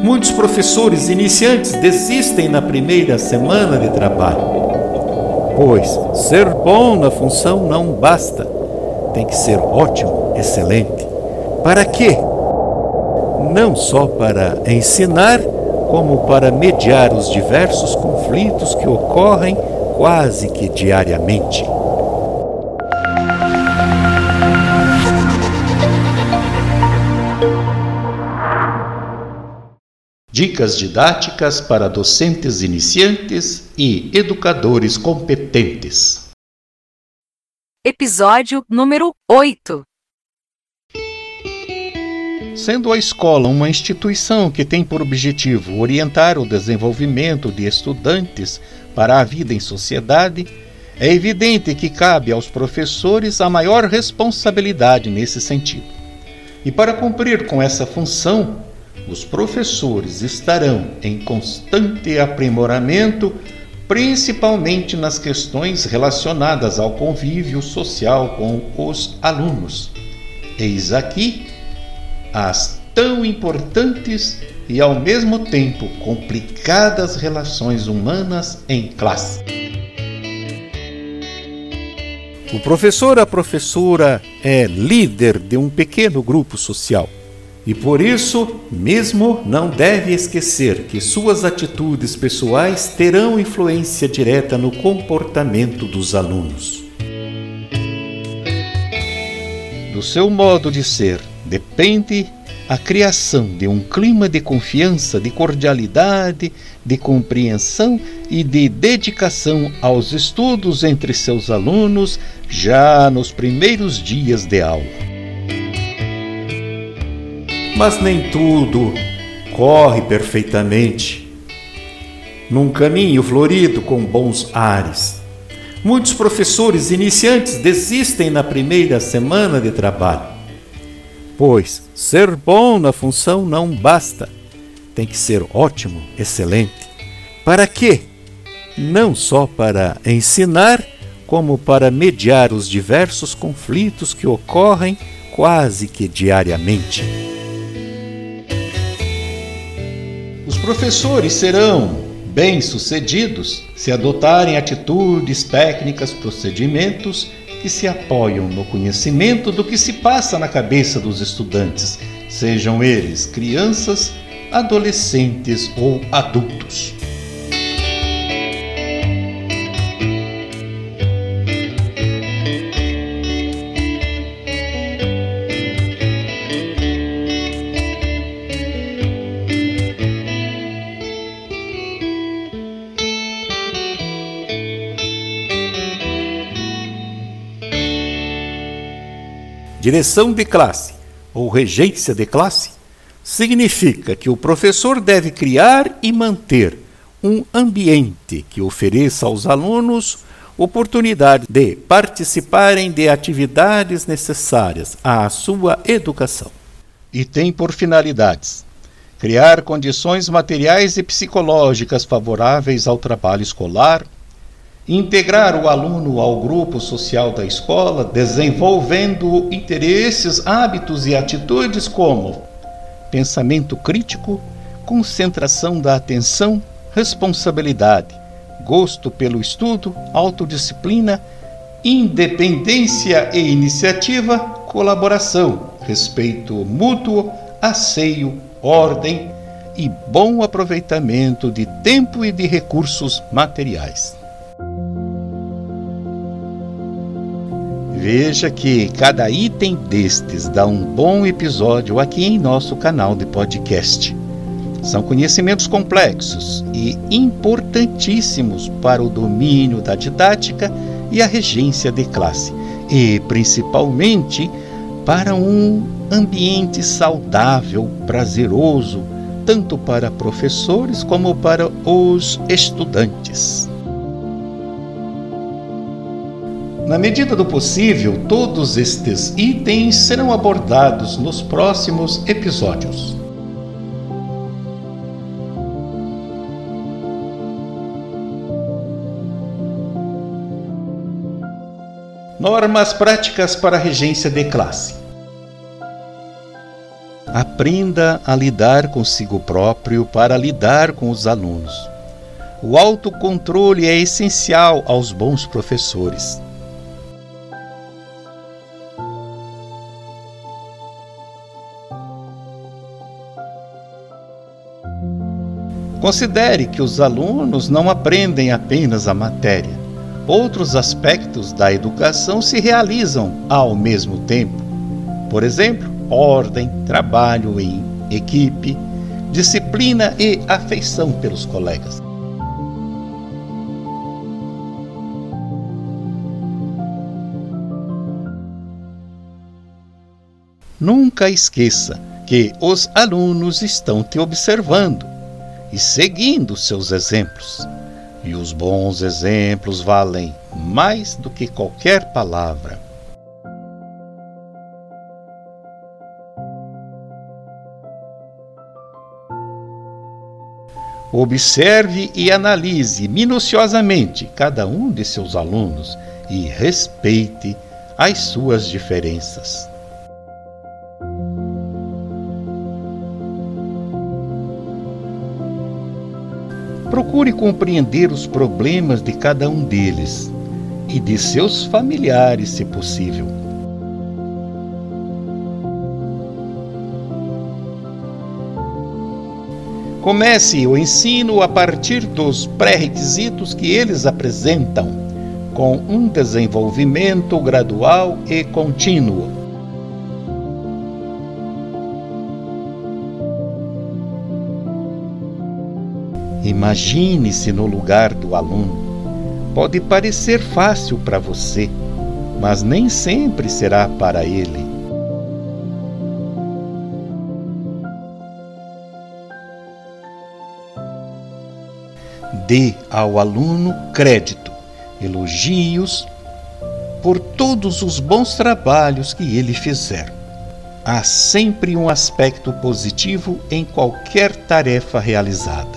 Muitos professores iniciantes desistem na primeira semana de trabalho, pois ser bom na função não basta, tem que ser ótimo, excelente. Para quê? Não só para ensinar, como para mediar os diversos conflitos que ocorrem quase que diariamente. Dicas didáticas para docentes iniciantes e educadores competentes. Episódio número 8. Sendo a escola uma instituição que tem por objetivo orientar o desenvolvimento de estudantes para a vida em sociedade, é evidente que cabe aos professores a maior responsabilidade nesse sentido. E para cumprir com essa função, os professores estarão em constante aprimoramento, principalmente nas questões relacionadas ao convívio social com os alunos. Eis aqui as tão importantes e ao mesmo tempo complicadas relações humanas em classe. O professor, a professora é líder de um pequeno grupo social. E por isso mesmo não deve esquecer que suas atitudes pessoais terão influência direta no comportamento dos alunos. Do seu modo de ser depende a criação de um clima de confiança, de cordialidade, de compreensão e de dedicação aos estudos entre seus alunos já nos primeiros dias de aula. Mas nem tudo corre perfeitamente num caminho florido com bons ares. Muitos professores iniciantes desistem na primeira semana de trabalho, pois ser bom na função não basta, tem que ser ótimo, excelente. Para quê? Não só para ensinar, como para mediar os diversos conflitos que ocorrem quase que diariamente. Os professores serão bem-sucedidos se adotarem atitudes, técnicas, procedimentos que se apoiam no conhecimento do que se passa na cabeça dos estudantes, sejam eles crianças, adolescentes ou adultos. Direção de classe ou regência de classe significa que o professor deve criar e manter um ambiente que ofereça aos alunos oportunidade de participarem de atividades necessárias à sua educação. E tem por finalidades criar condições materiais e psicológicas favoráveis ao trabalho escolar, integrar o aluno ao grupo social da escola, desenvolvendo interesses, hábitos e atitudes como pensamento crítico, concentração da atenção, responsabilidade, gosto pelo estudo, autodisciplina, independência e iniciativa, colaboração, respeito mútuo, asseio, ordem e bom aproveitamento de tempo e de recursos materiais. Veja que cada item destes dá um bom episódio aqui em nosso canal de podcast. São conhecimentos complexos e importantíssimos para o domínio da didática e a regência de classe, e principalmente para um ambiente saudável, prazeroso, tanto para professores como para os estudantes. Na medida do possível, todos estes itens serão abordados nos próximos episódios. Normas práticas para a regência de classe. Aprenda a lidar consigo próprio para lidar com os alunos. O autocontrole é essencial aos bons professores. Considere que os alunos não aprendem apenas a matéria. Outros aspectos da educação se realizam ao mesmo tempo. Por exemplo, ordem, trabalho em equipe, disciplina e afeição pelos colegas. Nunca esqueça que os alunos estão te observando e seguindo seus exemplos. E os bons exemplos valem mais do que qualquer palavra. Observe e analise minuciosamente cada um de seus alunos e respeite as suas diferenças. Procure compreender os problemas de cada um deles e de seus familiares, se possível. Comece o ensino a partir dos pré-requisitos que eles apresentam, com um desenvolvimento gradual e contínuo. Imagine-se no lugar do aluno. Pode parecer fácil para você, mas nem sempre será para ele. Dê ao aluno crédito, elogios por todos os bons trabalhos que ele fizer. Há sempre um aspecto positivo em qualquer tarefa realizada.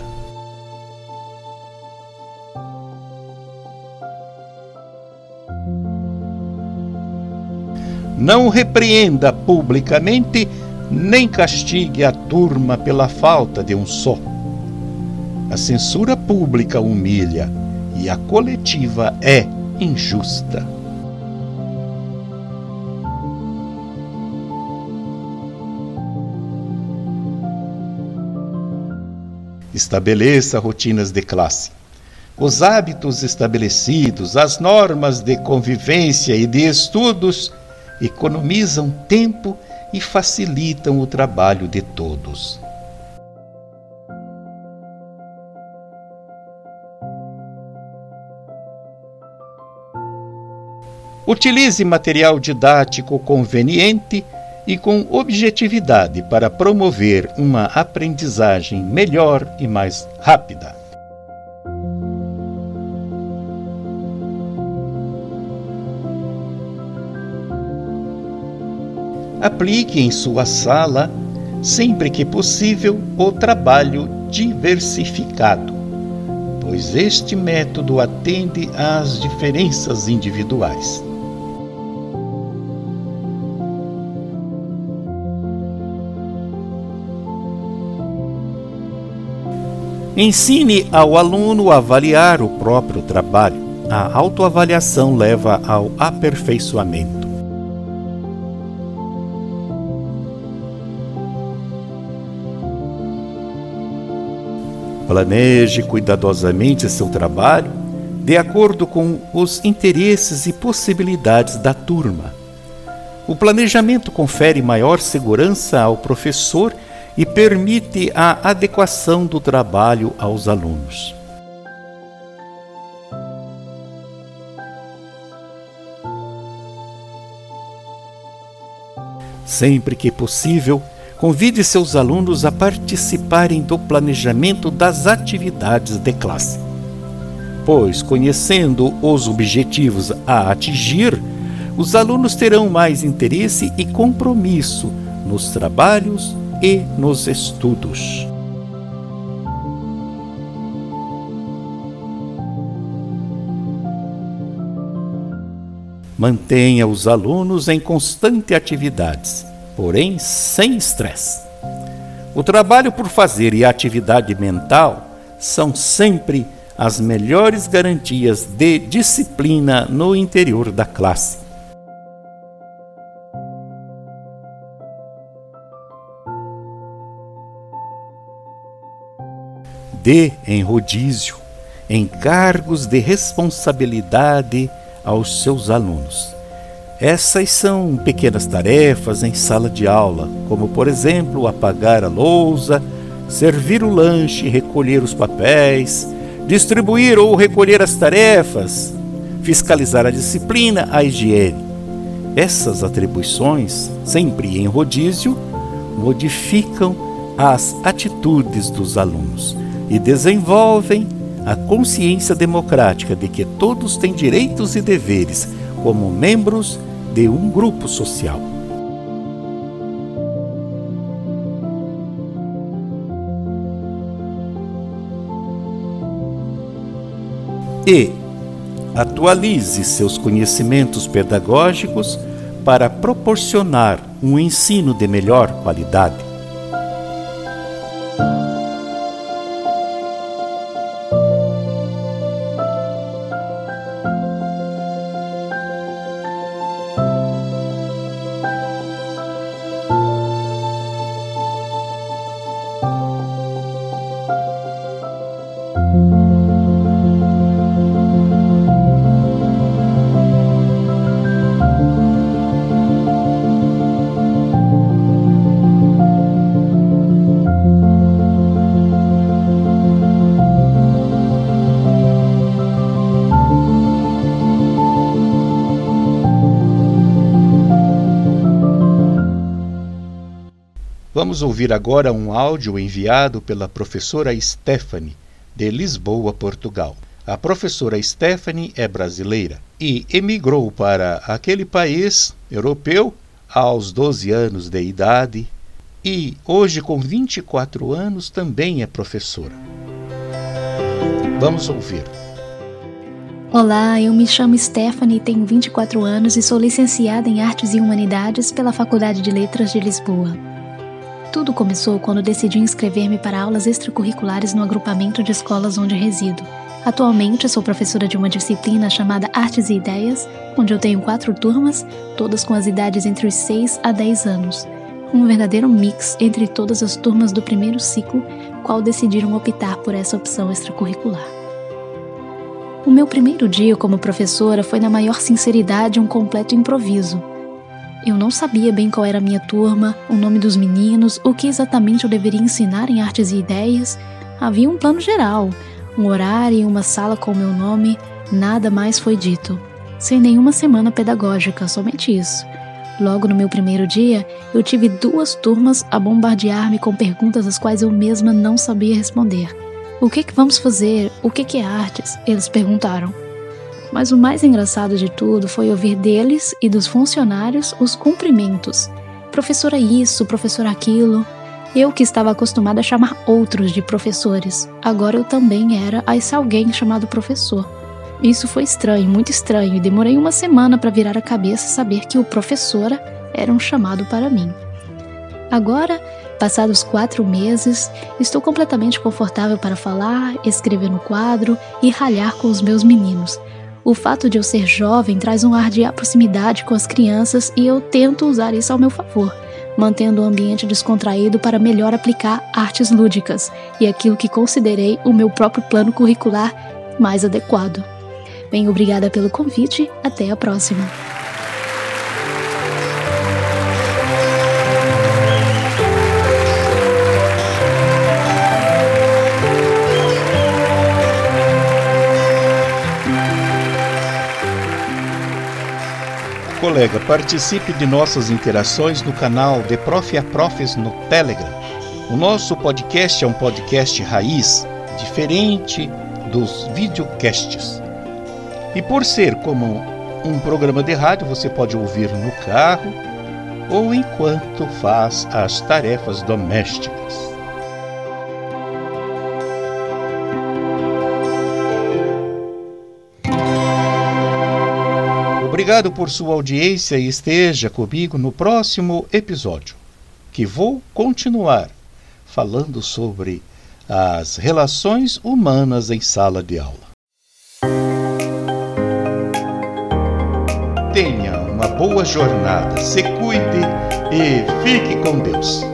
Não repreenda publicamente, nem castigue a turma pela falta de um só. A censura pública humilha e a coletiva é injusta. Estabeleça rotinas de classe. Os hábitos estabelecidos, as normas de convivência e de estudos economizam tempo e facilitam o trabalho de todos. Utilize material didático conveniente e com objetividade para promover uma aprendizagem melhor e mais rápida. Aplique em sua sala, sempre que possível, o trabalho diversificado, pois este método atende às diferenças individuais. Ensine ao aluno a avaliar o próprio trabalho. A autoavaliação leva ao aperfeiçoamento. Planeje cuidadosamente seu trabalho de acordo com os interesses e possibilidades da turma. O planejamento confere maior segurança ao professor e permite a adequação do trabalho aos alunos. Sempre que possível, convide seus alunos a participarem do planejamento das atividades de classe, pois, conhecendo os objetivos a atingir, os alunos terão mais interesse e compromisso nos trabalhos e nos estudos. Mantenha os alunos em constante atividades porém sem estresse. O trabalho por fazer e a atividade mental são sempre as melhores garantias de disciplina no interior da classe. Dê em rodízio encargos de responsabilidade aos seus alunos. Essas são pequenas tarefas em sala de aula, como, por exemplo, apagar a lousa, servir o lanche, recolher os papéis, distribuir ou recolher as tarefas, fiscalizar a disciplina, a higiene. Essas atribuições, sempre em rodízio, modificam as atitudes dos alunos e desenvolvem a consciência democrática de que todos têm direitos e deveres como membros de um grupo social. E atualize seus conhecimentos pedagógicos para proporcionar um ensino de melhor qualidade. Vamos ouvir agora um áudio enviado pela professora Stephanie, de Lisboa, Portugal. A professora Stephanie é brasileira e emigrou para aquele país europeu aos 12 anos de idade e hoje, com 24 anos, também é professora. Vamos ouvir. Olá, eu me chamo Stephanie, tenho 24 anos e sou licenciada em Artes e Humanidades pela Faculdade de Letras de Lisboa. Tudo começou quando decidi inscrever-me para aulas extracurriculares no agrupamento de escolas onde resido. Atualmente sou professora de uma disciplina chamada Artes e Ideias, onde eu tenho 4 turmas, todas com as idades entre os 6 a 10 anos. Um verdadeiro mix entre todas as turmas do primeiro ciclo, qual decidiram optar por essa opção extracurricular. O meu primeiro dia como professora foi, na maior sinceridade, um completo improviso. Eu não sabia bem qual era a minha turma, o nome dos meninos, o que exatamente eu deveria ensinar em Artes e Ideias. Havia um plano geral, um horário e uma sala com o meu nome, nada mais foi dito. Sem nenhuma semana pedagógica, somente isso. Logo no meu primeiro dia, eu tive 2 turmas a bombardear-me com perguntas às quais eu mesma não sabia responder. O que vamos fazer? O que é artes? Eles perguntaram. Mas o mais engraçado de tudo foi ouvir deles e dos funcionários os cumprimentos. Professora isso, professora aquilo. Eu que estava acostumada a chamar outros de professores. Agora eu também era esse alguém chamado professor. Isso foi estranho, muito estranho, e demorei uma semana para virar a cabeça e saber que o professora era um chamado para mim. Agora, passados 4 meses, estou completamente confortável para falar, escrever no quadro e ralhar com os meus meninos. O fato de eu ser jovem traz um ar de proximidade com as crianças e eu tento usar isso ao meu favor, mantendo o ambiente descontraído para melhor aplicar artes lúdicas e aquilo que considerei o meu próprio plano curricular mais adequado. Bem, obrigada pelo convite, até a próxima. Colega, participe de nossas interações no canal de Prof. a Profs no Telegram. O nosso podcast é um podcast raiz, diferente dos videocasts. E por ser como um programa de rádio, você pode ouvir no carro ou enquanto faz as tarefas domésticas. Obrigado por sua audiência e esteja comigo no próximo episódio, que vou continuar falando sobre as relações humanas em sala de aula. Tenha uma boa jornada, se cuide e fique com Deus.